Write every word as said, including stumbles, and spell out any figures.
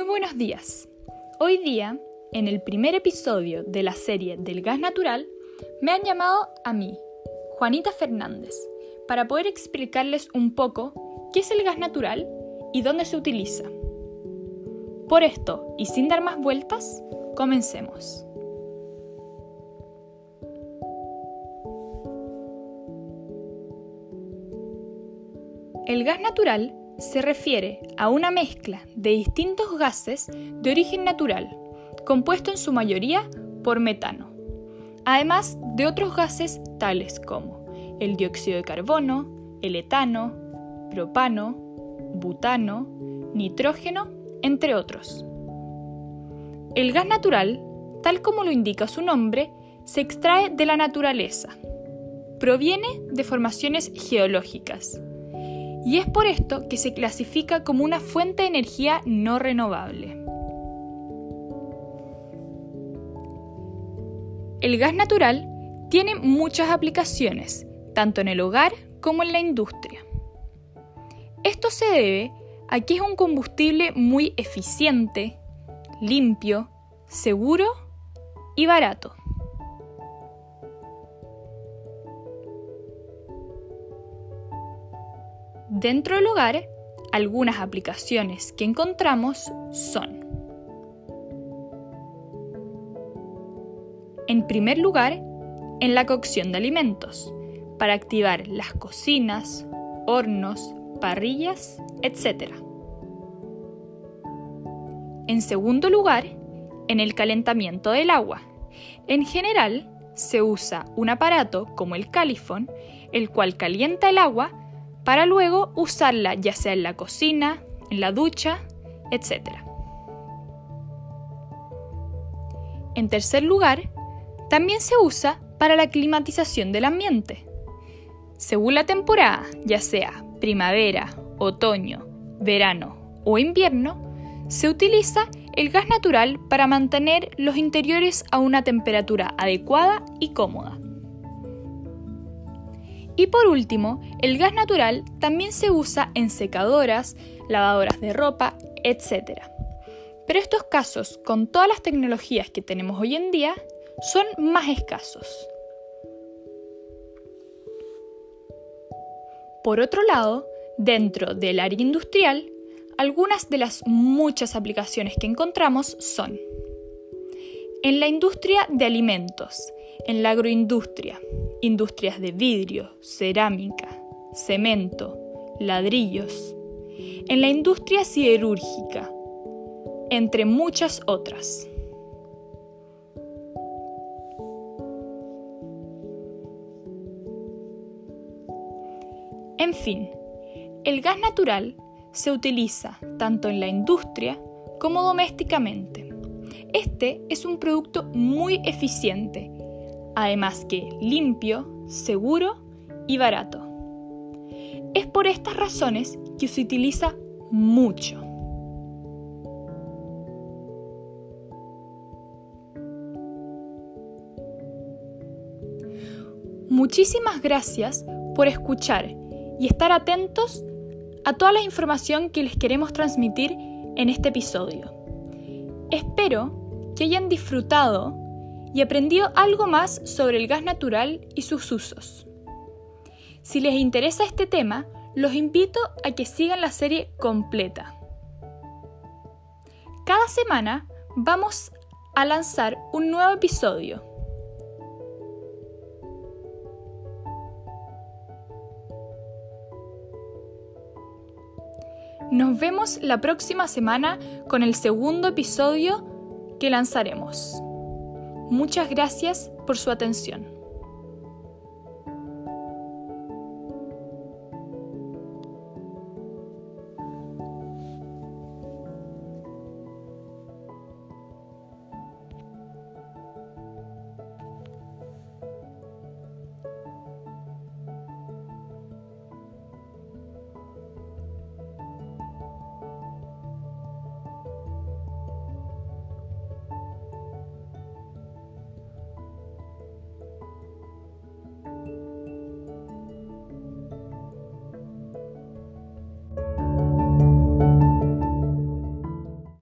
Muy buenos días. Hoy día, en el primer episodio de la serie del gas natural, me han llamado a mí, Juanita Fernández, para poder explicarles un poco qué es el gas natural y dónde se utiliza. Por esto, y sin dar más vueltas, comencemos. El gas natural se refiere a una mezcla de distintos gases de origen natural, compuesto en su mayoría por metano, además de otros gases tales como el dióxido de carbono, el etano, propano, butano, nitrógeno, entre otros. El gas natural, tal como lo indica su nombre, se extrae de la naturaleza. Proviene de formaciones geológicas. Y es por esto que se clasifica como una fuente de energía no renovable. El gas natural tiene muchas aplicaciones, tanto en el hogar como en la industria. Esto se debe a que es un combustible muy eficiente, limpio, seguro y barato. Dentro del hogar, algunas aplicaciones que encontramos son: en primer lugar, en la cocción de alimentos, para activar las cocinas, hornos, parrillas, etcétera. En segundo lugar, en el calentamiento del agua. En general, se usa un aparato como el califón, el cual calienta el agua para luego usarla ya sea en la cocina, en la ducha, etcétera. En tercer lugar, también se usa para la climatización del ambiente. Según la temporada, ya sea primavera, otoño, verano o invierno, se utiliza el gas natural para mantener los interiores a una temperatura adecuada y cómoda. Y por último, el gas natural también se usa en secadoras, lavadoras de ropa, etcétera. Pero estos casos, con todas las tecnologías que tenemos hoy en día, son más escasos. Por otro lado, dentro del área industrial, algunas de las muchas aplicaciones que encontramos son: en la industria de alimentos, en la agroindustria, industrias de vidrio, cerámica, cemento, ladrillos, en la industria siderúrgica, entre muchas otras. En fin, el gas natural se utiliza tanto en la industria como domésticamente. Este es un producto muy eficiente, además que limpio, seguro y barato. Es por estas razones que se utiliza mucho. Muchísimas gracias por escuchar y estar atentos a toda la información que les queremos transmitir en este episodio. Espero que hayan disfrutado y aprendido algo más sobre el gas natural y sus usos. Si les interesa este tema, los invito a que sigan la serie completa. Cada semana vamos a lanzar un nuevo episodio. Nos vemos la próxima semana con el segundo episodio que lanzaremos. Muchas gracias por su atención.